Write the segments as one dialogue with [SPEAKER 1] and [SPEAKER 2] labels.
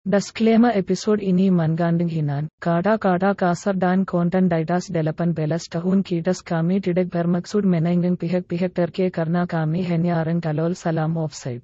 [SPEAKER 1] Disclaimer episode ini mengandung hinaan, kata-kata kasar dan konten tidak dapat belas tahun kita kami tidak bermaksud menyinggung pihak-pihak terkait karena kami hanya orang tolol salam offside.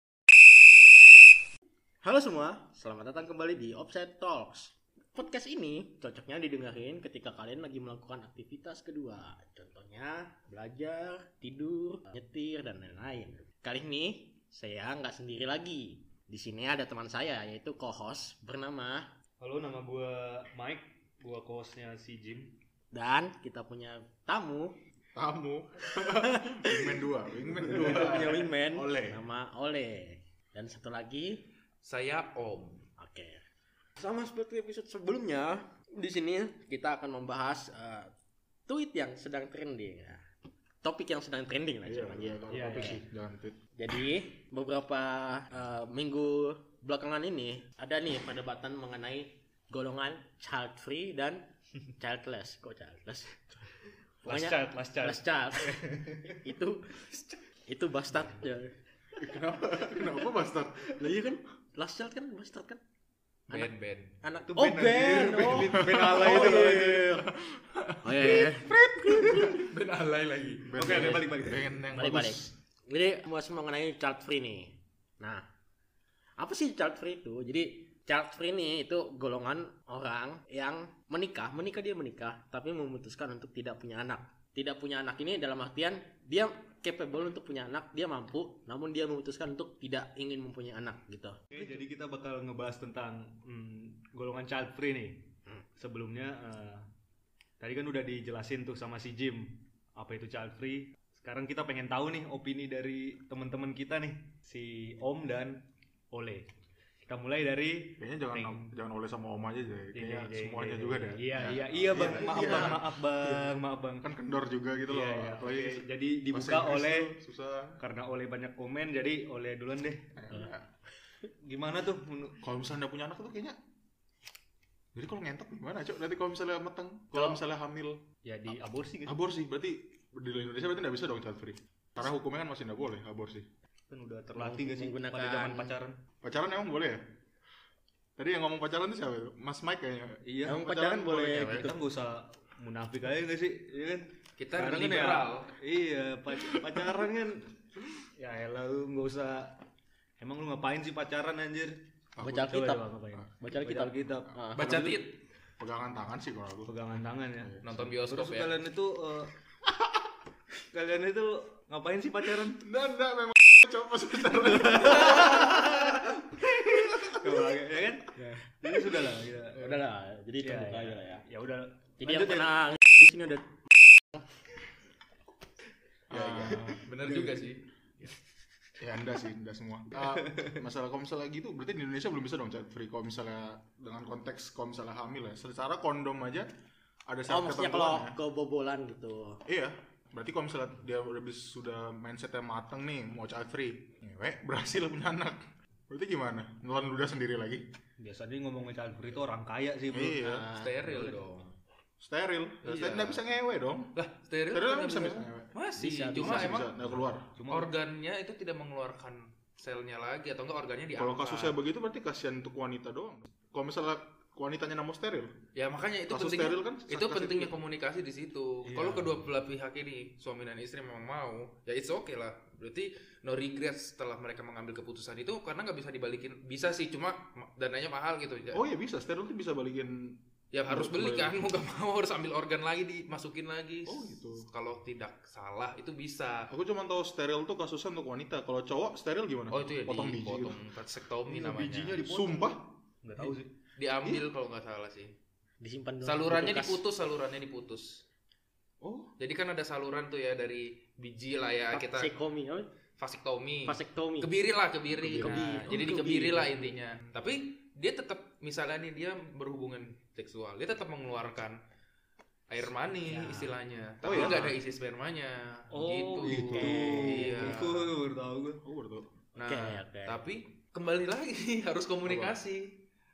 [SPEAKER 2] Halo semua, selamat datang kembali di Offside Talks. Podcast ini cocoknya didengarin ketika kalian lagi melakukan aktivitas kedua. Contohnya belajar, tidur, nyetir, dan lain-lain. Kali ini saya nggak sendiri lagi. Di sini ada teman saya yaitu co-host bernama.
[SPEAKER 3] Halo, nama gue Mike, gue co-hostnya si Jim.
[SPEAKER 2] Dan kita punya tamu.
[SPEAKER 4] Wingman 2.
[SPEAKER 2] Kita punya wingman.
[SPEAKER 4] Ole.
[SPEAKER 2] Nama Ole. Dan satu lagi
[SPEAKER 5] saya Om.
[SPEAKER 2] Oke. Sama seperti episode sebelumnya, di sini kita akan membahas tweet yang sedang trending. Topik yang sedang trending lah
[SPEAKER 4] Jangan tweet.
[SPEAKER 2] Jadi beberapa minggu belakangan ini ada nih perdebatan mengenai golongan child free dan childless. Kok childless?
[SPEAKER 3] Last child.
[SPEAKER 2] itu bastard ya.
[SPEAKER 4] Kenapa bastard?
[SPEAKER 2] Lah iya kan, last child kan bastard kan?
[SPEAKER 5] Ben.
[SPEAKER 2] Anak
[SPEAKER 4] Itu
[SPEAKER 2] oh Ben.
[SPEAKER 3] Ben alay itu.
[SPEAKER 2] Oh iya.
[SPEAKER 5] Ben alay lagi.
[SPEAKER 3] Oke, balik.
[SPEAKER 4] Ben yang
[SPEAKER 2] Balik.
[SPEAKER 4] bagus.
[SPEAKER 2] Jadi bahas mengenai child free nih. Nah, apa sih child free itu? Jadi child free nih itu golongan orang yang menikah dia menikah, tapi memutuskan untuk tidak punya anak. Tidak punya anak ini dalam artian dia capable untuk punya anak, dia mampu, namun dia memutuskan untuk tidak ingin mempunyai anak gitu.
[SPEAKER 3] Oke, jadi kita bakal ngebahas tentang golongan child free nih. Sebelumnya tadi kan udah dijelasin tuh sama si Jim apa itu child free. Sekarang kita pengen tahu nih opini dari teman-teman kita nih, si Om dan Ole. Kita mulai dari
[SPEAKER 4] Kayaknya jangan oleh sama om aja deh. Kayaknya semuanya juga deh.
[SPEAKER 3] Iya bang, maaf bang.
[SPEAKER 4] Kan kendor juga gitu loh.
[SPEAKER 3] Iya.
[SPEAKER 4] Apalagi
[SPEAKER 3] Oke, jadi dibuka
[SPEAKER 4] bahasa Inggris
[SPEAKER 3] oleh
[SPEAKER 4] tuh susah.
[SPEAKER 3] karena Ole banyak komen, jadi Ole duluan deh. Gimana tuh?
[SPEAKER 4] Kalau misalnya nggak punya anak tuh kayaknya. Jadi kalau ngentot gimana, Cok? Nanti kalau misalnya mateng, kalau misalnya hamil,
[SPEAKER 3] Ya di aborsi kan?
[SPEAKER 4] aborsi berarti di Indonesia berarti nggak bisa dong child free. Karena hukumnya kan masih nggak boleh aborsi.
[SPEAKER 3] Kan udah terlatih gak sih
[SPEAKER 2] Menggunakan-
[SPEAKER 3] pada zaman pacaran?
[SPEAKER 4] Pacaran emang boleh ya? Tadi yang ngomong pacaran itu siapa itu? Mas Mike kayaknya.
[SPEAKER 3] Iya,
[SPEAKER 2] Emang pacaran boleh
[SPEAKER 4] cewek.
[SPEAKER 3] kita nggak usah munafik aja gak sih? Iya kan?
[SPEAKER 5] Kita
[SPEAKER 3] Sekarang kan
[SPEAKER 5] liberal.
[SPEAKER 3] Iya, pacaran kan. Ya elah lu nggak usah. Emang lu ngapain sih pacaran anjir?
[SPEAKER 2] Baca
[SPEAKER 3] Coba
[SPEAKER 2] kitab.
[SPEAKER 3] ngapain?
[SPEAKER 2] Baca kitab. Ah.
[SPEAKER 5] Baca tit,
[SPEAKER 4] Pegangan tangan sih kalau aku.
[SPEAKER 3] Pegangan tangan ya.
[SPEAKER 5] nonton bioskop
[SPEAKER 3] Terus
[SPEAKER 5] ya.
[SPEAKER 3] kalian itu ngapain sih pacaran?
[SPEAKER 4] Nggak memang coba sebentar.
[SPEAKER 3] Ya kan? Jadi sudah lah.
[SPEAKER 2] Udah lah, jadi
[SPEAKER 3] Ya,
[SPEAKER 2] terbuka aja lah ya.
[SPEAKER 3] Ya udah.
[SPEAKER 2] Jadi
[SPEAKER 3] Lanjut
[SPEAKER 2] yang
[SPEAKER 3] ya.
[SPEAKER 2] pernah di sini udah
[SPEAKER 5] Bener juga sih.
[SPEAKER 4] Ya enggak semua. Masalah kalau misalnya gitu berarti di Indonesia belum bisa dong child free kalau misalnya dengan konteks kalau misalnya hamil ya. Secara kondom aja ada syarat
[SPEAKER 2] maksudnya kalau
[SPEAKER 4] ketentuannya.
[SPEAKER 2] kebobolan gitu.
[SPEAKER 4] Iya. Berarti kalau misalnya dia sudah mindsetnya mateng nih mau child free, ngewek berhasil punya anak. Berarti gimana? Nelan ludah sendiri lagi?
[SPEAKER 3] Biasanya ngomongin child free itu orang kaya sih, bro.
[SPEAKER 4] Iya.
[SPEAKER 5] Steril dong.
[SPEAKER 4] Steril.
[SPEAKER 5] Iya.
[SPEAKER 4] Nggak bisa ngewe dong.
[SPEAKER 5] Lah, steril
[SPEAKER 4] Steril
[SPEAKER 5] kan
[SPEAKER 4] kan bisa
[SPEAKER 5] bisa.
[SPEAKER 4] ngewe.
[SPEAKER 5] Masih,
[SPEAKER 2] Bisa,
[SPEAKER 5] cuma
[SPEAKER 2] bisa,
[SPEAKER 5] emang
[SPEAKER 4] Nggak keluar.
[SPEAKER 3] Cuma
[SPEAKER 5] organnya itu tidak mengeluarkan selnya lagi atau enggak organnya diangkat.
[SPEAKER 4] Kalau kasusnya begitu berarti kasihan untuk wanita doang. Kalau misalnya wanitanya nggak mau steril,
[SPEAKER 5] Ya makanya itu
[SPEAKER 4] kasus
[SPEAKER 5] pentingnya,
[SPEAKER 4] steril kan
[SPEAKER 5] itu
[SPEAKER 4] kasus
[SPEAKER 5] pentingnya
[SPEAKER 4] itu.
[SPEAKER 5] komunikasi di situ.
[SPEAKER 3] Iya.
[SPEAKER 5] Kalau kedua belah pihak ini suami dan istri memang mau, ya it's okay lah. Berarti no regrets setelah mereka mengambil keputusan itu karena nggak bisa dibalikin. Bisa sih, cuma dananya mahal gitu.
[SPEAKER 4] Oh iya bisa, steril tuh bisa balikin.
[SPEAKER 5] Ya harus beli
[SPEAKER 4] kembali.
[SPEAKER 5] kan, mau gak mau harus ambil organ lagi dimasukin lagi.
[SPEAKER 4] Oh gitu.
[SPEAKER 5] Kalau tidak salah itu bisa.
[SPEAKER 4] Aku cuma tahu steril tuh kasusnya untuk wanita. Kalau cowok steril gimana?
[SPEAKER 5] Oh itu ya
[SPEAKER 4] potong biji.
[SPEAKER 5] dipotong,
[SPEAKER 4] Gitu.
[SPEAKER 5] vasektomi
[SPEAKER 4] Iya,
[SPEAKER 5] namanya.
[SPEAKER 4] bijinya dipotong. Sumpah.
[SPEAKER 3] nggak tahu sih.
[SPEAKER 5] Diambil kalau nggak salah sih.
[SPEAKER 2] Disimpan dulu.
[SPEAKER 5] Salurannya
[SPEAKER 2] Kulkas.
[SPEAKER 5] diputus.
[SPEAKER 4] Oh.
[SPEAKER 5] Jadi kan ada saluran tuh ya dari biji lah ya kita
[SPEAKER 2] Vasektomi, apa?
[SPEAKER 5] vasektomi.
[SPEAKER 2] Vasektomi.
[SPEAKER 5] Kebiri. Nah, jadi
[SPEAKER 2] Oh,
[SPEAKER 5] dikebiri lah intinya. Tapi dia tetap misalnya nih dia berhubungan seksual, dia tetap mengeluarkan air mani
[SPEAKER 2] Ya.
[SPEAKER 5] istilahnya.
[SPEAKER 4] Oh,
[SPEAKER 5] Tapi
[SPEAKER 4] ya?
[SPEAKER 5] nggak ada isi spermanya.
[SPEAKER 3] Oh,
[SPEAKER 5] gitu.
[SPEAKER 4] gitu.
[SPEAKER 5] Iya.
[SPEAKER 3] Aku baru tahu gue.
[SPEAKER 4] Oh baru tahu.
[SPEAKER 5] Nah,
[SPEAKER 2] Oke.
[SPEAKER 5] tapi kembali lagi harus komunikasi.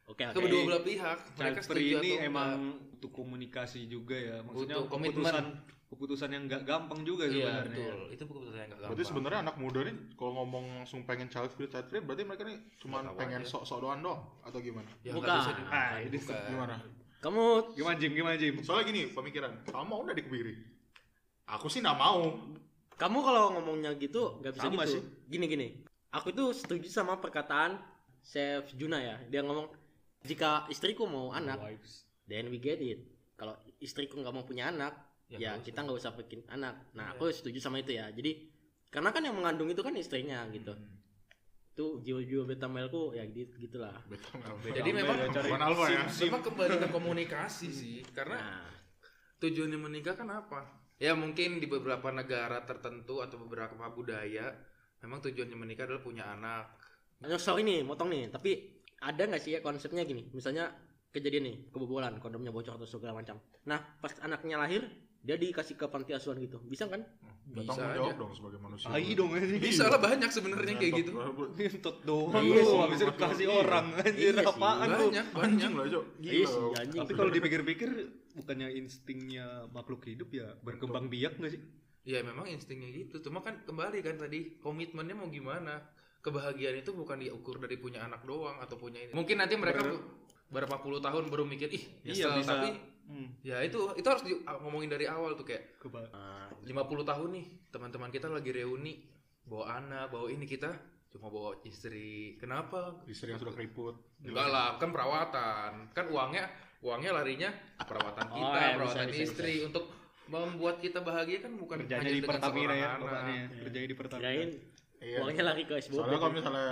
[SPEAKER 2] Oke.
[SPEAKER 5] Kedua belah pihak.
[SPEAKER 3] Child
[SPEAKER 5] Mereka
[SPEAKER 3] free
[SPEAKER 5] setuju
[SPEAKER 3] ini
[SPEAKER 5] atau
[SPEAKER 3] emang
[SPEAKER 5] enggak.
[SPEAKER 3] butuh komunikasi juga ya. Maksudnya
[SPEAKER 5] Butuh komitmen.
[SPEAKER 3] keputusan yang nggak gampang juga
[SPEAKER 5] Iya
[SPEAKER 3] sebenarnya.
[SPEAKER 5] betul. Itu keputusan yang gak gampang.
[SPEAKER 4] Berarti sebenarnya anak muda nih kalau ngomong langsung pengen child free berarti mereka nih cuma
[SPEAKER 5] Nggak tahu
[SPEAKER 4] pengen
[SPEAKER 5] aja.
[SPEAKER 4] sok-sok doang atau gimana?
[SPEAKER 5] Ya,
[SPEAKER 2] Bukan.
[SPEAKER 5] nggak bisa
[SPEAKER 3] Ini
[SPEAKER 5] bukan.
[SPEAKER 4] Gimana?
[SPEAKER 2] Kamu
[SPEAKER 3] Gimana Jim?
[SPEAKER 4] Soalnya gini pemikiran, kamu mau udah dikebiri? Aku sih nggak mau.
[SPEAKER 2] kamu kalau ngomongnya gitu nggak bisa
[SPEAKER 3] Sama
[SPEAKER 2] gitu.
[SPEAKER 3] sih.
[SPEAKER 2] Gini. Aku tuh setuju sama perkataan Chef Juna ya. Dia ngomong jika istriku mau anak, then we get it. Kalau istriku nggak mau punya anak, ya
[SPEAKER 5] nggak
[SPEAKER 2] kita nggak usah bikin anak. Nah,
[SPEAKER 5] Iya.
[SPEAKER 2] aku setuju sama itu ya. Jadi karena kan yang mengandung itu kan istrinya gitu. Itu jiwa-jiwa beta maleku ya gitulah.
[SPEAKER 5] Jadi memang
[SPEAKER 4] bukan alpha ya.
[SPEAKER 5] memang kembali ke komunikasi sih. Karena
[SPEAKER 2] Nah,
[SPEAKER 5] tujuannya menikah kan apa? Ya mungkin di beberapa negara tertentu atau beberapa budaya memang tujuannya menikah adalah punya anak.
[SPEAKER 2] sorry nih, motong nih. Tapi ada nggak sih ya konsepnya gini? Misalnya kejadian nih, kebobolan, kondomnya bocor atau segala macam. Nah, pas anaknya lahir, dia dikasih ke panti asuhan gitu. Bisa kan?
[SPEAKER 4] Bisa
[SPEAKER 5] Bisa
[SPEAKER 4] jawab
[SPEAKER 5] aja.
[SPEAKER 4] dong sebagai manusia.
[SPEAKER 3] Tai dong ini.
[SPEAKER 5] Bisa lah banyak sebenarnya kayak gitu.
[SPEAKER 3] Ngentot doang
[SPEAKER 2] Iya
[SPEAKER 3] lu,
[SPEAKER 2] sih.
[SPEAKER 3] habis itu kasih orang anjir
[SPEAKER 2] Iya sih.
[SPEAKER 3] apaan lu.
[SPEAKER 5] Banyak.
[SPEAKER 4] Anjing lah, Cok.
[SPEAKER 2] Iya sih,
[SPEAKER 4] Gila.
[SPEAKER 2] anjing.
[SPEAKER 3] Tapi kalau dipikir-pikir bukannya instingnya makhluk hidup ya berkembang biak nggak sih?
[SPEAKER 5] Ya memang instingnya gitu. Cuma kan kembali kan tadi komitmennya mau gimana? Kebahagiaan itu bukan diukur dari punya anak doang atau punya ini. Mungkin nanti mereka berapa puluh tahun baru mikir
[SPEAKER 3] Iya,
[SPEAKER 5] nyesel,
[SPEAKER 3] bisa.
[SPEAKER 5] tapi ya itu harus ngomongin dari awal tuh kayak 50 tahun nih teman-teman kita lagi reuni bawa anak bawa ini kita cuma bawa istri. Kenapa?
[SPEAKER 4] Istri yang sudah keriput.
[SPEAKER 5] Enggak lah, kan perawatan. Kan uangnya larinya perawatan kita,
[SPEAKER 2] Oh, ya,
[SPEAKER 5] perawatan
[SPEAKER 2] bisa.
[SPEAKER 5] istri untuk membuat kita bahagia kan bukan
[SPEAKER 3] Kerjanya
[SPEAKER 5] hanya
[SPEAKER 3] di
[SPEAKER 5] dengan
[SPEAKER 3] Pertamina
[SPEAKER 5] seorang
[SPEAKER 3] ya,
[SPEAKER 5] anak.
[SPEAKER 3] bapaknya. Kerjanya di Pertamina.
[SPEAKER 2] Kirain
[SPEAKER 4] Iya.
[SPEAKER 2] uangnya lari ke SBOB.
[SPEAKER 4] Soalnya kalau misalnya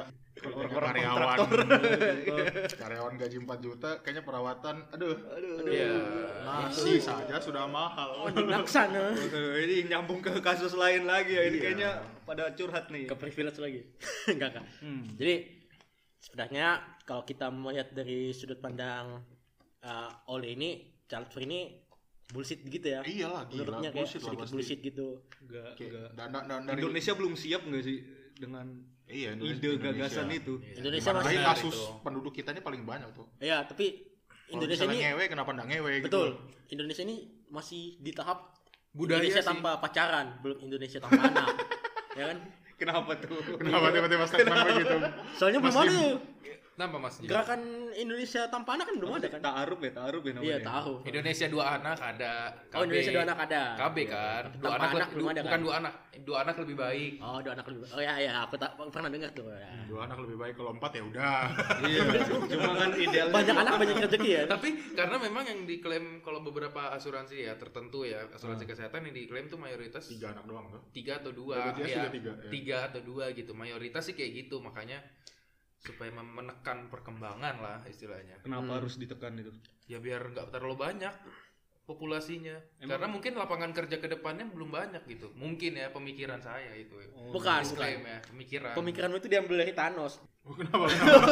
[SPEAKER 4] karyawan gaji 4 juta, kayaknya perawatan, aduh,
[SPEAKER 5] Iya.
[SPEAKER 4] nasi saja sudah mahal.
[SPEAKER 2] Oh, di laksana.
[SPEAKER 3] Ini nyambung ke kasus lain lagi ya. Ini
[SPEAKER 4] Iya.
[SPEAKER 3] kayaknya pada curhat nih.
[SPEAKER 2] Ke privilege lagi. Enggak. Jadi sebenarnya kalau kita melihat dari sudut pandang Ole ini, child free ini bullshit gitu ya.
[SPEAKER 4] Iyalah, gila,
[SPEAKER 2] Menurutnya kayak
[SPEAKER 4] bullshit lah
[SPEAKER 2] sedikit
[SPEAKER 4] pasti.
[SPEAKER 2] bullshit gitu.
[SPEAKER 3] Enggak.
[SPEAKER 4] Dan dari
[SPEAKER 3] Indonesia belum siap nggak sih dengan
[SPEAKER 4] iya,
[SPEAKER 3] ide gagasan itu?
[SPEAKER 2] Indonesia
[SPEAKER 4] Dimana
[SPEAKER 2] masih
[SPEAKER 4] kasus penduduk kita ini paling banyak tuh.
[SPEAKER 2] ya, tapi
[SPEAKER 4] Kalau
[SPEAKER 2] Indonesia
[SPEAKER 4] misalnya
[SPEAKER 2] ini
[SPEAKER 4] ngewe, kenapa nggak ngewe gitu?
[SPEAKER 2] betul. Indonesia ini masih di tahap
[SPEAKER 5] Budaya
[SPEAKER 2] Indonesia
[SPEAKER 5] sih.
[SPEAKER 2] tanpa pacaran, belum Indonesia tanpa anak. Ya kan?
[SPEAKER 3] Kenapa tuh?
[SPEAKER 4] Kenapa tiba-tiba statement begitu?
[SPEAKER 2] Soalnya belum
[SPEAKER 4] Mas
[SPEAKER 2] ada
[SPEAKER 4] Jim.
[SPEAKER 2] tuh.
[SPEAKER 5] Kenapa Mas?
[SPEAKER 2] Gerakan Indonesia tanpa anak kan belum ada kan?
[SPEAKER 3] Ta'aruf ya namanya.
[SPEAKER 2] Iya, tahu.
[SPEAKER 5] Indonesia 2 anak ada.
[SPEAKER 2] Oh, Indonesia 2 anak ada.
[SPEAKER 5] KB kan.
[SPEAKER 2] Tanpa anak belum ada
[SPEAKER 5] bukan
[SPEAKER 2] kan?
[SPEAKER 5] 2 anak. 2 anak lebih baik.
[SPEAKER 2] Oh, 2 anak lebih. Oh ya, aku pernah dengar tuh. Ya.
[SPEAKER 4] 2 anak lebih baik, kalau 4 ya udah.
[SPEAKER 3] Iya. Cuma kan ideal.
[SPEAKER 2] Banyak anak banyak rezeki ya.
[SPEAKER 5] Tapi karena memang yang diklaim kalau beberapa asuransi ya tertentu ya asuransi kesehatan yang diklaim tuh mayoritas
[SPEAKER 4] 3 anak doang tuh.
[SPEAKER 5] 3 atau 2
[SPEAKER 4] BPJS
[SPEAKER 5] ya,
[SPEAKER 4] juga 3, ya.
[SPEAKER 5] 3 atau 2 gitu mayoritas sih kayak gitu makanya supaya menekan perkembangan lah istilahnya
[SPEAKER 3] Kenapa harus ditekan itu?
[SPEAKER 5] ya biar nggak terlalu banyak populasinya karena mungkin lapangan kerja ke depannya belum banyak gitu mungkin ya pemikiran saya itu
[SPEAKER 2] Bukan,
[SPEAKER 5] disclaim ya pemikiran
[SPEAKER 2] Pemikiranmu itu diambil dari Thanos.
[SPEAKER 4] Kenapa?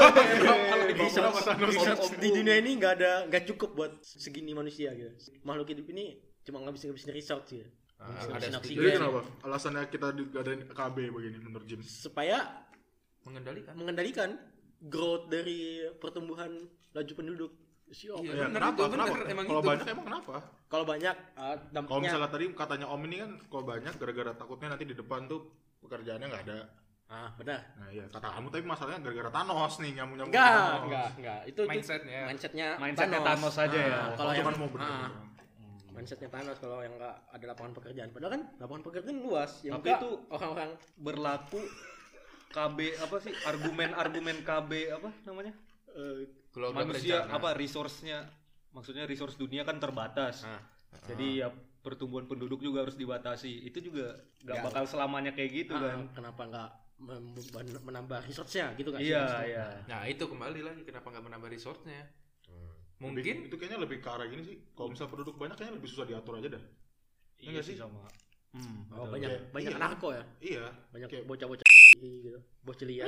[SPEAKER 2] Research di dunia ini nggak cukup buat segini manusia gitu. Makhluk hidup ini cuma ngabisin research gitu.
[SPEAKER 5] ada
[SPEAKER 2] Ngabisin
[SPEAKER 5] studi
[SPEAKER 4] Jadi
[SPEAKER 2] oksigen.
[SPEAKER 4] kenapa? Alasannya kita digadain KB begini menurut Jim?
[SPEAKER 2] Supaya
[SPEAKER 5] mengendalikan
[SPEAKER 2] growth dari pertumbuhan laju penduduk. Siapa?
[SPEAKER 5] Iya.
[SPEAKER 4] Ya,
[SPEAKER 5] bener
[SPEAKER 4] kenapa?
[SPEAKER 5] itu, bener,
[SPEAKER 4] Kenapa?
[SPEAKER 5] emang
[SPEAKER 4] Kalau
[SPEAKER 5] itu.
[SPEAKER 4] banyak emang kenapa?
[SPEAKER 2] Kalau banyak
[SPEAKER 4] Kalau
[SPEAKER 2] dampaknya
[SPEAKER 4] misalnya tadi katanya Om ini kan kalau banyak gara-gara takutnya nanti di depan tuh pekerjaannya nggak ada.
[SPEAKER 2] benar.
[SPEAKER 4] Nah iya, kata kamu tapi masalahnya gara-gara Thanos nih nyambung-nyambung.
[SPEAKER 2] Enggak. Itu
[SPEAKER 5] Mindsetnya.
[SPEAKER 2] mindsetnya
[SPEAKER 3] Thanos saja ya.
[SPEAKER 2] Kalau yang
[SPEAKER 4] cuma mau bener.
[SPEAKER 2] mindsetnya Thanos kalau yang nggak ada lapangan pekerjaan. Padahal kan lapangan pekerjaan luas. Yang
[SPEAKER 3] Tapi
[SPEAKER 2] enggak,
[SPEAKER 3] itu
[SPEAKER 2] orang-orang
[SPEAKER 3] berlaku KB apa sih argumen KB apa namanya
[SPEAKER 5] kalau udah
[SPEAKER 3] manusia
[SPEAKER 5] berencana.
[SPEAKER 3] apa resource-nya maksudnya resource dunia kan terbatas jadi ya pertumbuhan penduduk juga harus dibatasi itu juga nggak
[SPEAKER 2] Ya.
[SPEAKER 3] bakal selamanya kayak gitu kan
[SPEAKER 2] kenapa nggak menambah resource-nya gitu kan?
[SPEAKER 3] iya
[SPEAKER 5] Nah itu kembali lagi kenapa nggak menambah resource-nya?
[SPEAKER 4] Mungkin
[SPEAKER 5] Mungkin
[SPEAKER 4] itu kayaknya lebih ke arah gini sih. Kalau misal penduduk banyak kayaknya lebih susah diatur aja dah. Iya nggak sih?
[SPEAKER 3] sama
[SPEAKER 2] Oh, banyak
[SPEAKER 4] Iya.
[SPEAKER 2] narko ya,
[SPEAKER 4] Iya.
[SPEAKER 2] banyak
[SPEAKER 4] Kayak-
[SPEAKER 2] bocah-bocah gitu, bocah liar.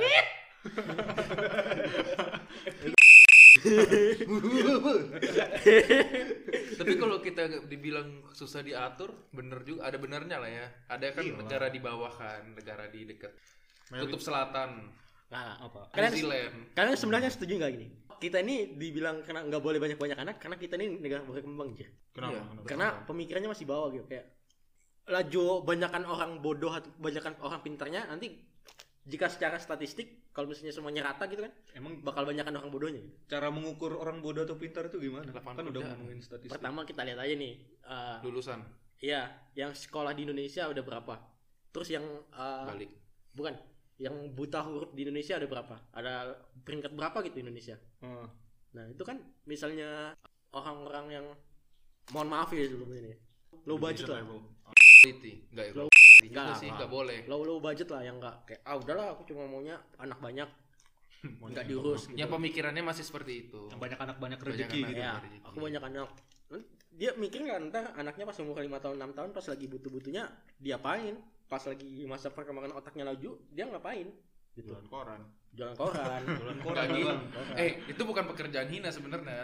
[SPEAKER 5] tapi kalau kita dibilang susah diatur, bener juga ada benernya lah ya. Ada kan
[SPEAKER 4] Iya.
[SPEAKER 5] negara di bawah kan, negara di dekat
[SPEAKER 4] Mayoritas-
[SPEAKER 5] kutub selatan,
[SPEAKER 2] Nah,
[SPEAKER 3] apa
[SPEAKER 5] New Zealand.
[SPEAKER 2] kalian sebenarnya setuju nggak gini? kita ini dibilang karena nggak boleh banyak anak karena kita ini negara berkembang aja.
[SPEAKER 4] Kenapa?
[SPEAKER 5] Iya.
[SPEAKER 4] Kenapa?
[SPEAKER 2] Karena pemikirannya masih bawah gitu kayak laju banyakan orang bodoh atau banyakan orang pintarnya nanti jika secara statistik kalau misalnya semuanya rata gitu kan
[SPEAKER 3] Emang
[SPEAKER 2] bakal banyakan orang bodohnya gitu.
[SPEAKER 3] cara mengukur orang bodoh atau pintar itu gimana?
[SPEAKER 5] Lapangan
[SPEAKER 3] Kan udah
[SPEAKER 5] kerjaan.
[SPEAKER 3] ngomongin statistik.
[SPEAKER 2] Pertama kita lihat aja nih
[SPEAKER 5] Lulusan
[SPEAKER 2] iya yang sekolah di Indonesia udah berapa, terus yang
[SPEAKER 5] balik.
[SPEAKER 2] bukan yang buta huruf di Indonesia ada berapa, ada peringkat berapa gitu Indonesia.
[SPEAKER 3] Heeh.
[SPEAKER 2] Nah itu kan misalnya orang-orang yang mohon maaf ya sebelumnya nih low budget lah,
[SPEAKER 5] Quality. Enggak ya.
[SPEAKER 2] Low-
[SPEAKER 5] Juga
[SPEAKER 2] Enggak.
[SPEAKER 5] sih, enggak boleh.
[SPEAKER 2] low budget lah yang enggak kayak udahlah aku cuma maunya anak banyak nggak diurus gitu.
[SPEAKER 5] Yang pemikirannya masih seperti itu.
[SPEAKER 3] Yang banyak anak banyak
[SPEAKER 5] Banyak
[SPEAKER 3] rezeki
[SPEAKER 5] anak.
[SPEAKER 3] gitu.
[SPEAKER 2] Ya,
[SPEAKER 5] rezeki.
[SPEAKER 2] aku banyak anak. Dia mikir nggak ntar anaknya pas umur 5 tahun 6 tahun pas lagi butuh-butuhnya diapain? Pas lagi masa perkembangan otaknya laju, dia ngapain? Gitu.
[SPEAKER 4] Jualan koran.
[SPEAKER 2] Jualan koran.
[SPEAKER 3] Jualan koran
[SPEAKER 5] Lagi,
[SPEAKER 3] doang.
[SPEAKER 5] itu bukan pekerjaan hina sebenarnya,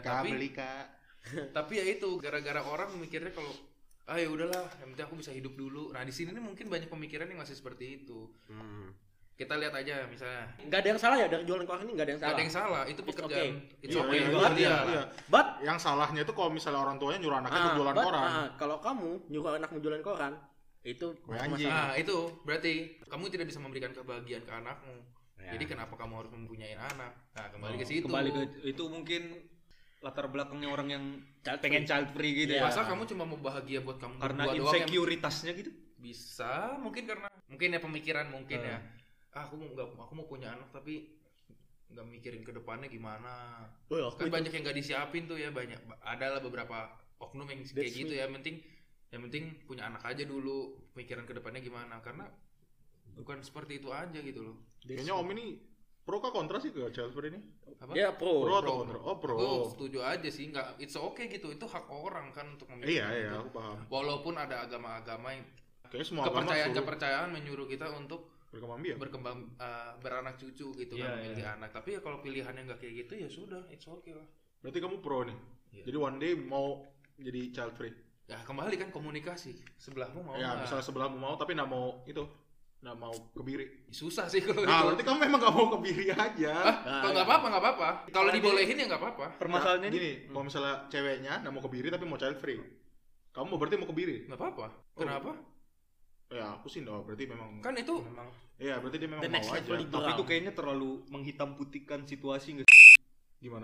[SPEAKER 5] tapi ya itu gara-gara orang mikirnya kalau ya udahlah, yang penting aku bisa hidup dulu. Nah, di sini nih mungkin banyak pemikiran yang masih seperti itu. Kita lihat aja misalnya.
[SPEAKER 2] Nggak ada yang salah ya dari jualan koran ini, nggak ada yang
[SPEAKER 5] Nggak
[SPEAKER 2] salah.
[SPEAKER 5] ada yang salah, itu
[SPEAKER 2] It's
[SPEAKER 5] pekerjaan.
[SPEAKER 2] okay.
[SPEAKER 5] It's
[SPEAKER 4] Iya,
[SPEAKER 5] okay.
[SPEAKER 4] iya,
[SPEAKER 5] Buat
[SPEAKER 4] iya,
[SPEAKER 5] dia.
[SPEAKER 4] iya.
[SPEAKER 2] But
[SPEAKER 4] Yang salahnya itu kalau misalnya orang tuanya nyuruh anaknya tuh jualan koran.
[SPEAKER 2] kalau kamu nyuruh anakmu jualan koran, itu
[SPEAKER 4] Wah, anjing.
[SPEAKER 2] masalah.
[SPEAKER 5] Nah, itu berarti kamu tidak bisa memberikan kebahagiaan ke anakmu.
[SPEAKER 2] Ya.
[SPEAKER 5] Jadi kenapa kamu harus mempunyai anak? Nah, kembali ke situ.
[SPEAKER 3] Kembali ke itu mungkin latar belakangnya orang yang
[SPEAKER 2] Child
[SPEAKER 3] pengen
[SPEAKER 2] free.
[SPEAKER 3] child free gitu
[SPEAKER 2] Iya.
[SPEAKER 3] ya.
[SPEAKER 5] Masa kamu cuma mau bahagia buat kamu
[SPEAKER 3] Karena
[SPEAKER 5] berdua doang yang
[SPEAKER 3] insecuritasnya gitu.
[SPEAKER 5] bisa, mungkin karena mungkin ya pemikiran mungkin ya. Aku mau punya anak tapi nggak mikirin ke depannya gimana.
[SPEAKER 2] Oh, aku
[SPEAKER 5] Kan
[SPEAKER 2] itu-
[SPEAKER 5] banyak yang nggak disiapin tuh ya, banyak adalah beberapa oknum yang kayak
[SPEAKER 2] That's
[SPEAKER 5] gitu
[SPEAKER 2] me.
[SPEAKER 5] ya. Yang penting punya anak aja dulu, pemikiran ke depannya gimana, karena bukan seperti itu aja gitu loh.
[SPEAKER 4] Kayaknya Om ini pro kah kontra sih ke child free ini?
[SPEAKER 5] Apa?
[SPEAKER 2] Dia pro.
[SPEAKER 4] Pro atau kontra? Oh, pro.
[SPEAKER 5] Aku setuju aja sih, nggak, it's okay gitu, itu hak orang kan untuk memilih.
[SPEAKER 4] Iya, iya, aku paham.
[SPEAKER 5] Walaupun ada agama-agama yang
[SPEAKER 4] Kayaknya semua agama suruh
[SPEAKER 5] kepercayaan menyuruh kita untuk
[SPEAKER 4] berkembang biak.
[SPEAKER 5] berkembang beranak cucu gitu
[SPEAKER 3] Iya,
[SPEAKER 5] kan, memiliki
[SPEAKER 3] iya.
[SPEAKER 5] anak. Tapi ya kalau pilihannya nggak kayak gitu ya sudah, it's okay lah.
[SPEAKER 4] Berarti kamu pro nih.
[SPEAKER 5] Iya.
[SPEAKER 4] Jadi one day mau jadi child free.
[SPEAKER 5] Ya kembali kan komunikasi, sebelahmu mau
[SPEAKER 4] Ya,
[SPEAKER 5] nggak?
[SPEAKER 4] misalnya sebelahmu mau tapi nggak mau itu, nggak mau kebiri.
[SPEAKER 5] Susah sih kalau
[SPEAKER 4] Nah,
[SPEAKER 5] itu.
[SPEAKER 4] berarti kamu memang nggak mau kebiri aja.
[SPEAKER 5] Kalau nggak apa-apa. Kalau dibolehin ya nggak apa-apa.
[SPEAKER 3] Permasalahannya ini
[SPEAKER 4] Gini, kalau misalnya ceweknya nggak mau kebiri tapi mau child free, kamu berarti mau kebiri?
[SPEAKER 5] Nggak apa-apa. Kenapa?
[SPEAKER 4] Ya, aku sih nggak. Berarti memang.
[SPEAKER 5] Kan itu
[SPEAKER 2] Memang
[SPEAKER 4] Iya, berarti dia memang
[SPEAKER 2] the next
[SPEAKER 4] mau aja.
[SPEAKER 2] level liberal.
[SPEAKER 3] tapi itu kayaknya terlalu menghitam putihkan situasi nggak?
[SPEAKER 4] Gimana?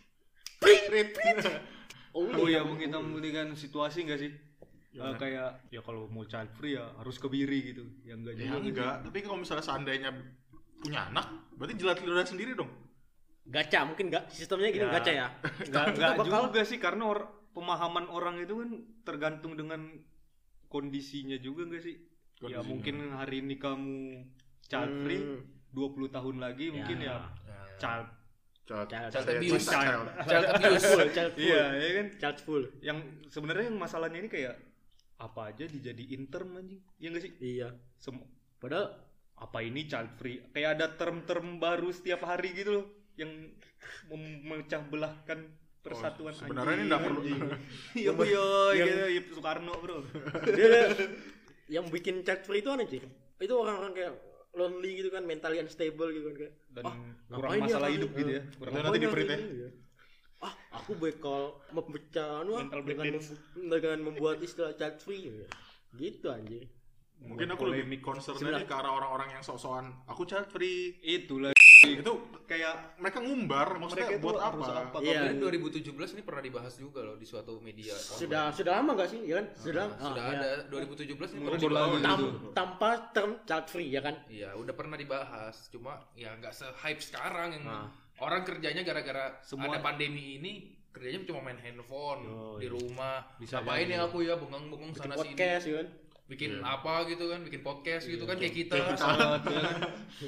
[SPEAKER 3] Oh ya menghitam putihkan situasi nggak sih? Kayak ya kalau mau child free ya harus kebiri gitu. Ya enggak
[SPEAKER 4] Ya
[SPEAKER 3] juga.
[SPEAKER 4] enggak, tapi kalau misalnya seandainya punya anak, berarti jilat lidah sendiri dong.
[SPEAKER 2] gacha mungkin nggak sistemnya gini
[SPEAKER 3] Ya.
[SPEAKER 2] gacha ya.
[SPEAKER 3] Enggak
[SPEAKER 2] bakal-
[SPEAKER 3] juga sih karena pemahaman orang itu kan tergantung dengan kondisinya juga enggak sih? Ya
[SPEAKER 4] Kondisinya.
[SPEAKER 3] mungkin hari ini kamu child free, 20 tahun lagi mungkin ya child.
[SPEAKER 2] Child
[SPEAKER 5] abuse.
[SPEAKER 4] Child.
[SPEAKER 5] child abuse.
[SPEAKER 2] Child full.
[SPEAKER 3] Iya, ya kan?
[SPEAKER 2] Child full.
[SPEAKER 3] Yang sebenarnya yang masalahnya ini kayak apa aja dijadiin term anjing. Iya enggak sih?
[SPEAKER 2] Iya.
[SPEAKER 3] Padahal apa ini child free? Kayak ada term-term baru setiap hari gitu loh yang memecah belahkan persatuan
[SPEAKER 4] Sebenarnya ini nggak perlu.
[SPEAKER 3] Iya boyo gitu, ya Soekarno bro.
[SPEAKER 2] Dia yang bikin child free itu aneh sih. Itu orang-orang kayak lonely gitu kan, mentally unstable gitu kan kayak.
[SPEAKER 3] Dan kurang
[SPEAKER 2] ngapain dia
[SPEAKER 3] masalah
[SPEAKER 2] kali?
[SPEAKER 3] hidup gitu ya. Kurang
[SPEAKER 4] Nanti
[SPEAKER 2] Ngapain
[SPEAKER 4] di
[SPEAKER 2] dia
[SPEAKER 4] print
[SPEAKER 2] kali
[SPEAKER 4] ya.
[SPEAKER 2] ini? Aku bakal memecah
[SPEAKER 3] Mental breakdance.
[SPEAKER 2] dengan membuat istilah child free gitu anjir.
[SPEAKER 4] Mungkin aku lebih concernnya ke arah orang-orang yang sok-sokan aku child free.
[SPEAKER 3] itulah
[SPEAKER 4] Itu
[SPEAKER 3] kayak
[SPEAKER 4] mereka ngumbar, maksudnya
[SPEAKER 3] mereka itu
[SPEAKER 4] buat
[SPEAKER 3] harus
[SPEAKER 4] apa?
[SPEAKER 2] Iya.
[SPEAKER 5] Kemudian 2017 ini pernah dibahas juga loh di suatu media.
[SPEAKER 2] Sudah lama nggak sih? Ya kan? Sudah
[SPEAKER 5] ada 2017 ini pernah
[SPEAKER 3] Muncul lagi
[SPEAKER 5] dibahas.
[SPEAKER 3] gitu.
[SPEAKER 2] Tanpa term child free ya kan?
[SPEAKER 5] Iya, udah pernah dibahas. Cuma ya nggak se-hype sekarang yang
[SPEAKER 2] Nah.
[SPEAKER 5] orang kerjanya gara-gara
[SPEAKER 3] Semua-
[SPEAKER 5] ada pandemi ini kerjanya cuma main handphone di rumah.
[SPEAKER 3] Bisa
[SPEAKER 5] Ngapain
[SPEAKER 3] jadi.
[SPEAKER 5] ya aku ya bengong-bengong
[SPEAKER 2] Bikin
[SPEAKER 5] sana sini.
[SPEAKER 2] podcast ya kan?
[SPEAKER 5] Bikin apa gitu kan, bikin podcast gitu kan kayak kita.
[SPEAKER 3] pesawat ya kan.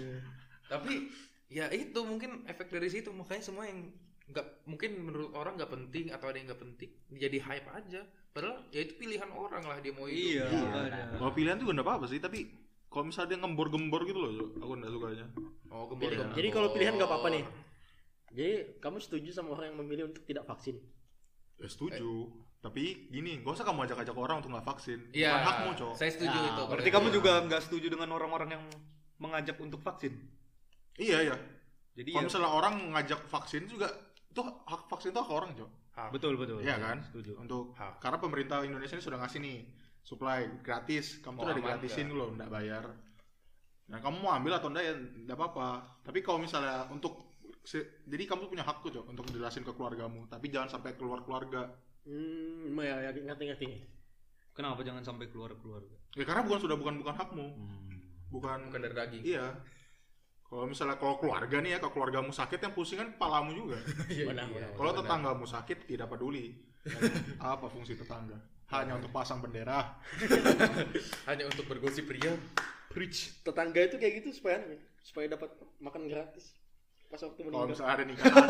[SPEAKER 5] Tapi ya itu mungkin efek dari situ, makanya semua yang nggak mungkin menurut orang nggak penting atau ada yang nggak penting jadi hype aja. Padahal ya itu pilihan orang lah dia mau hidup.
[SPEAKER 3] Iya, makanya.
[SPEAKER 4] Kalau pilihan tuh nggak apa-apa sih, tapi kalau misalnya dia ngembor-gembor gitu loh, aku nggak sukanya.
[SPEAKER 5] Oh,
[SPEAKER 2] Jadi kalau pilihan nggak apa-apa nih. Jadi kamu setuju sama orang yang memilih untuk tidak vaksin?
[SPEAKER 4] Ya setuju. Tapi gini, gak usah kamu ajak-ajak orang untuk nggak vaksin.
[SPEAKER 5] Iya,
[SPEAKER 4] Bukan hakmu, Cok.
[SPEAKER 5] saya setuju
[SPEAKER 2] Ya,
[SPEAKER 5] itu.
[SPEAKER 3] Berarti kamu juga nggak setuju dengan orang-orang yang mengajak untuk vaksin.
[SPEAKER 4] Iya, iya.
[SPEAKER 3] Jadi
[SPEAKER 4] Kalau
[SPEAKER 3] ya
[SPEAKER 4] misalnya orang ngajak vaksin juga Itu hak vaksin itu hak orang, Cok.
[SPEAKER 3] Betul.
[SPEAKER 4] Iya kan?
[SPEAKER 3] Setuju.
[SPEAKER 4] Untuk
[SPEAKER 5] Hak.
[SPEAKER 4] karena pemerintah Indonesia ini sudah ngasih nih supply gratis. Kamu tuh udah
[SPEAKER 5] aman
[SPEAKER 4] digratisin loh, enggak bayar. Nah, kamu mau ambil atau enggak ya enggak apa-apa. Tapi kalau misalnya jadi kamu punya hak tuh, Cok, untuk jelasin ke keluargamu, tapi jangan sampai keluar keluarga.
[SPEAKER 2] Ya ngerti.
[SPEAKER 3] Kenapa jangan sampai keluar keluarga?
[SPEAKER 4] Ya karena bukan hakmu. Bukan
[SPEAKER 5] dari daging.
[SPEAKER 4] Iya. Kalau misalnya keluarga nih ya, kalau keluargamu sakit yang pusing kan kepalamu juga.
[SPEAKER 2] Benar.
[SPEAKER 4] Kalau tetanggamu sakit tidak peduli. Apa fungsi tetangga? Hanya untuk pasang bendera.
[SPEAKER 5] Hanya untuk bergosip ria.
[SPEAKER 3] Preach.
[SPEAKER 2] Tetangga itu kayak gitu supaya dapat makan gratis pas waktu
[SPEAKER 4] Kalau
[SPEAKER 2] meninggal.
[SPEAKER 4] misalnya ada nikahan.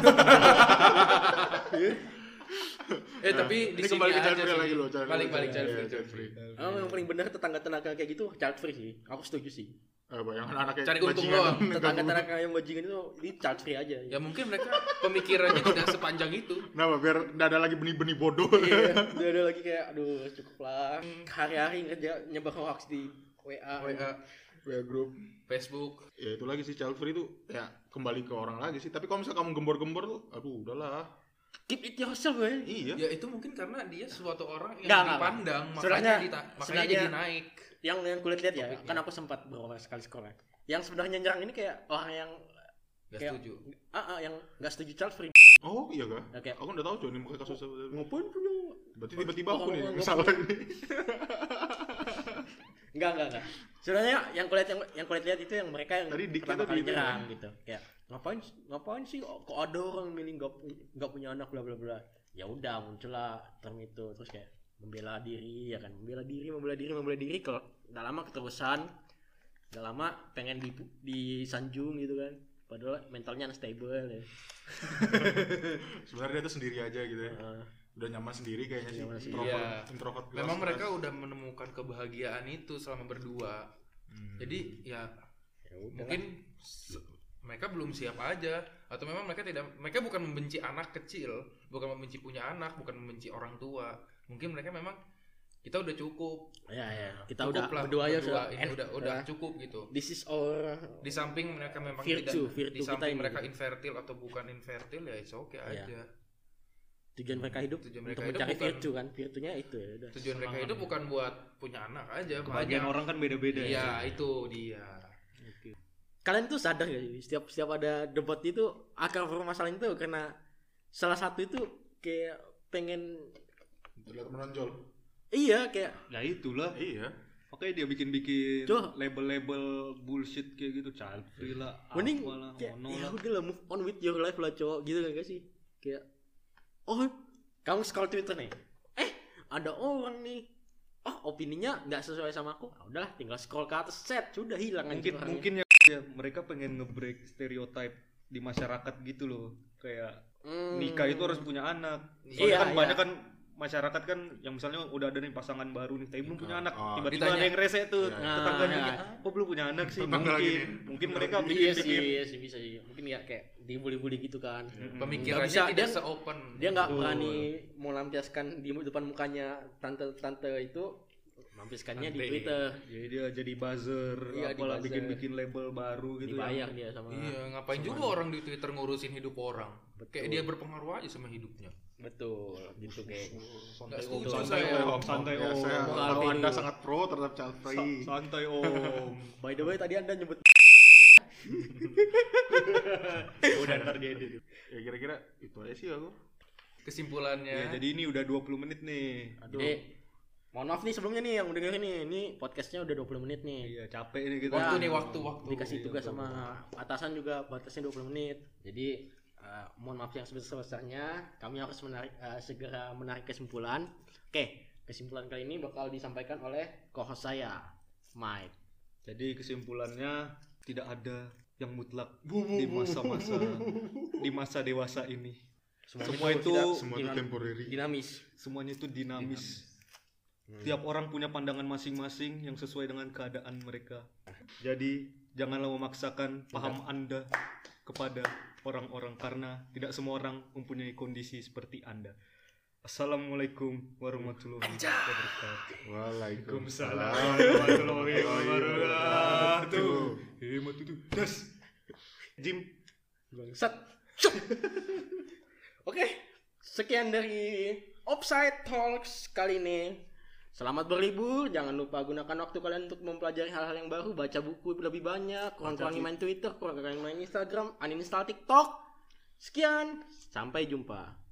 [SPEAKER 5] Tapi di
[SPEAKER 4] Ini
[SPEAKER 5] sini
[SPEAKER 4] kembali ke
[SPEAKER 5] aja
[SPEAKER 4] child free
[SPEAKER 5] sih.
[SPEAKER 4] lagi loh.
[SPEAKER 5] Balik child
[SPEAKER 4] Iya,
[SPEAKER 5] free.
[SPEAKER 2] Yang paling benar tetangga-tetangga kayak gitu child free sih. Aku setuju sih.
[SPEAKER 4] Bayangan anaknya
[SPEAKER 5] Cari untung
[SPEAKER 4] bajingan.
[SPEAKER 5] doang.
[SPEAKER 2] Tetangga-tetangga yang bajingan itu ini child free aja.
[SPEAKER 5] Ya mungkin mereka pemikirannya tidak sepanjang itu.
[SPEAKER 4] Kenapa? Biar nggak ada lagi benih-benih bodoh.
[SPEAKER 2] Iya, udah ada lagi kayak aduh cukup lah. Hari-hari ngerja nyebar hoax di WA.
[SPEAKER 4] Ya grup.
[SPEAKER 5] Facebook.
[SPEAKER 4] Ya itu lagi sih child free itu ya kembali ke orang lagi sih. Tapi kalau misalnya kamu gembor-gembor tuh, aduh udahlah.
[SPEAKER 2] Keep it yourself, ya.
[SPEAKER 4] Iya.
[SPEAKER 5] Ya itu mungkin karena dia suatu orang yang
[SPEAKER 2] Nggak.
[SPEAKER 5] dipandang,
[SPEAKER 2] Sebenarnya-
[SPEAKER 5] makanya
[SPEAKER 2] sebenarnya-
[SPEAKER 5] jadi naik.
[SPEAKER 2] Yang kulit lihat ya,
[SPEAKER 5] Topiknya.
[SPEAKER 2] kan aku sempat beberapa sekali sekolah. Yang sebenarnya nyerang ini kayak orang yang
[SPEAKER 5] Gak
[SPEAKER 2] kayak-
[SPEAKER 5] setuju.
[SPEAKER 2] yang nggak setuju child free.
[SPEAKER 4] Oh iya kah?
[SPEAKER 2] Oke.
[SPEAKER 4] Aku udah tahu Joni pakai kasus apa.
[SPEAKER 2] Ngapain punya?
[SPEAKER 4] Berarti tiba-tiba aku nih
[SPEAKER 2] Orang-
[SPEAKER 4] yang salah ini.
[SPEAKER 2] Enggak. Sebenarnya yang kulit lihat itu yang mereka yang
[SPEAKER 4] Tadi Dik
[SPEAKER 2] pertama
[SPEAKER 4] itu
[SPEAKER 2] kali
[SPEAKER 4] gitu
[SPEAKER 2] nyerang
[SPEAKER 4] kan?
[SPEAKER 2] gitu. Kayak ngapain sih kok ada orang milih nggak punya anak bla bla bla. Ya udah muncullah term itu terus kayak membela diri ya kan, membela diri kalau nggak lama keterusan, nggak lama pengen disanjung gitu kan, padahal mentalnya unstable ya.
[SPEAKER 4] Sebenarnya dia tuh sendiri aja gitu ya. Udah nyaman sendiri kayaknya sih.
[SPEAKER 2] Nyaman sendiri.
[SPEAKER 4] Introvert,
[SPEAKER 5] Iya.
[SPEAKER 4] introvert
[SPEAKER 5] Memang
[SPEAKER 4] kelas.
[SPEAKER 5] mereka udah menemukan kebahagiaan itu selama berdua. Jadi ya
[SPEAKER 2] udah
[SPEAKER 5] mungkin mereka belum siap aja, atau memang mereka bukan membenci anak kecil, bukan membenci punya anak, bukan membenci orang tua. Mungkin mereka memang kita udah cukup.
[SPEAKER 2] ya kita
[SPEAKER 5] Cukup
[SPEAKER 2] udah
[SPEAKER 5] lah,
[SPEAKER 2] berdua aja
[SPEAKER 5] ini udah cukup gitu.
[SPEAKER 2] this is our
[SPEAKER 5] Di samping mereka memang
[SPEAKER 2] Virtue
[SPEAKER 5] di
[SPEAKER 2] kita
[SPEAKER 5] samping
[SPEAKER 2] ini.
[SPEAKER 5] mereka infertil atau bukan infertil ya it's okay
[SPEAKER 2] Iya.
[SPEAKER 5] aja.
[SPEAKER 2] tujuan mereka hidup
[SPEAKER 5] Tujuan
[SPEAKER 2] untuk
[SPEAKER 5] mereka hidup
[SPEAKER 2] mencari
[SPEAKER 5] bukan-
[SPEAKER 2] virtue kan, virtunya itu ya udah.
[SPEAKER 5] Tujuan mereka hidup bukan buat punya anak aja,
[SPEAKER 3] Kebahagiaan
[SPEAKER 5] banyak.
[SPEAKER 3] orang kan beda-beda.
[SPEAKER 5] Iya, itu dia.
[SPEAKER 2] Kalian tuh sadar gak sih setiap ada debat itu akar permasalahan itu karena salah satu itu kayak pengen
[SPEAKER 4] Terlihat menonjol.
[SPEAKER 2] iya kayak
[SPEAKER 3] Ya itulah.
[SPEAKER 4] Iya.
[SPEAKER 3] Makanya dia bikin
[SPEAKER 2] Tuh.
[SPEAKER 3] label-label bullshit kayak gitu, child free lah,
[SPEAKER 2] mending
[SPEAKER 3] apalah,
[SPEAKER 2] kayak
[SPEAKER 3] ono
[SPEAKER 2] ya
[SPEAKER 3] lah.
[SPEAKER 2] udah lah move on with your life lah cowok gitu gak sih, kayak oh kamu scroll Twitter nih ada orang nih opininya nggak sesuai sama aku, udahlah tinggal scroll ke atas set sudah hilang anjing orangnya.
[SPEAKER 3] Mungkin ya mereka pengen nge-break stereotype di masyarakat gitu loh. Kayak nikah itu harus punya anak. Soalnya
[SPEAKER 2] Iya,
[SPEAKER 3] kan
[SPEAKER 2] iya.
[SPEAKER 3] banyak kan masyarakat kan yang misalnya udah ada nih pasangan baru nih tapi belum punya anak, tiba-tiba
[SPEAKER 5] ditanya.
[SPEAKER 3] ada yang rese tuh
[SPEAKER 4] Iya.
[SPEAKER 3] tetangganya,
[SPEAKER 2] Nah.
[SPEAKER 3] kok belum punya anak sih?
[SPEAKER 4] Tetangga lagi
[SPEAKER 3] Mungkin
[SPEAKER 4] nih.
[SPEAKER 3] mungkin mereka
[SPEAKER 2] iya
[SPEAKER 3] bikin
[SPEAKER 2] sih bisa sih mungkin ya kayak dibully-bully gitu kan.
[SPEAKER 5] Pemikirannya
[SPEAKER 2] Nggak bisa,
[SPEAKER 5] tidak
[SPEAKER 2] dia-
[SPEAKER 5] se-open.
[SPEAKER 2] Dia nggak
[SPEAKER 3] Betul.
[SPEAKER 2] berani melampiaskan di depan mukanya tante-tante itu, melampiaskannya di
[SPEAKER 5] Tante.
[SPEAKER 2] Twitter.
[SPEAKER 3] jadi dia jadi buzzer,
[SPEAKER 2] Iya,
[SPEAKER 3] apalah
[SPEAKER 2] di buzzer.
[SPEAKER 3] bikin label baru gitu
[SPEAKER 2] Dibayar
[SPEAKER 3] yang
[SPEAKER 2] dia sama.
[SPEAKER 5] Iya, ngapain juga orang di Twitter ngurusin hidup orang? Kayak dia berpengaruh aja sama hidupnya.
[SPEAKER 2] Betul, gitu kayak.
[SPEAKER 5] Nggak setuju
[SPEAKER 3] santai
[SPEAKER 5] saya.
[SPEAKER 3] om, santai
[SPEAKER 4] Ya, saya
[SPEAKER 3] om,
[SPEAKER 4] tahu
[SPEAKER 2] Kalau
[SPEAKER 4] Anda
[SPEAKER 2] ini-
[SPEAKER 4] sangat pro terhadap child free.
[SPEAKER 3] santai om.
[SPEAKER 2] By the way tadi Anda nyebut
[SPEAKER 3] Udah ntar diedit.
[SPEAKER 4] Ya kira-kira itu aja sih aku.
[SPEAKER 5] Kesimpulannya,
[SPEAKER 3] Ya, jadi ini udah 20 menit nih.
[SPEAKER 2] Jadi mohon maaf nih sebelumnya nih yang dengerin nih. Ini podcastnya udah 20 menit nih.
[SPEAKER 3] Iya, capek nih kita.
[SPEAKER 5] waktu nih waktu.
[SPEAKER 2] Dikasih tugas sama atasan juga batasnya 20 menit. Jadi mohon maaf yang sebesar-besarnya, kami harus segera menarik kesimpulan. Oke, kesimpulan kali ini bakal disampaikan oleh co-host saya, Mike.
[SPEAKER 3] Jadi kesimpulannya tidak ada yang mutlak di masa-masa di masa dewasa ini. Semua itu
[SPEAKER 4] Semua itu temporary.
[SPEAKER 2] dinamis.
[SPEAKER 3] semuanya itu dinamis. Tiap orang punya pandangan masing-masing yang sesuai dengan keadaan mereka. Jadi janganlah memaksakan paham Anda kepada orang-orang karena tidak semua orang mempunyai kondisi seperti Anda. Assalamualaikum warahmatullahi wabarakatuh.
[SPEAKER 4] Waalaikumsalam
[SPEAKER 3] warahmatullahi wabarakatuh. Hemat itu das. Jim.
[SPEAKER 2] Bangsat. Oke, sekian dari Offside Talks kali ini. Selamat berlibur, jangan lupa gunakan waktu kalian untuk mempelajari hal-hal yang baru, baca buku lebih banyak, kurang-kurangi main Twitter, kurang-kurangi main Instagram, uninstall TikTok. Sekian, sampai jumpa.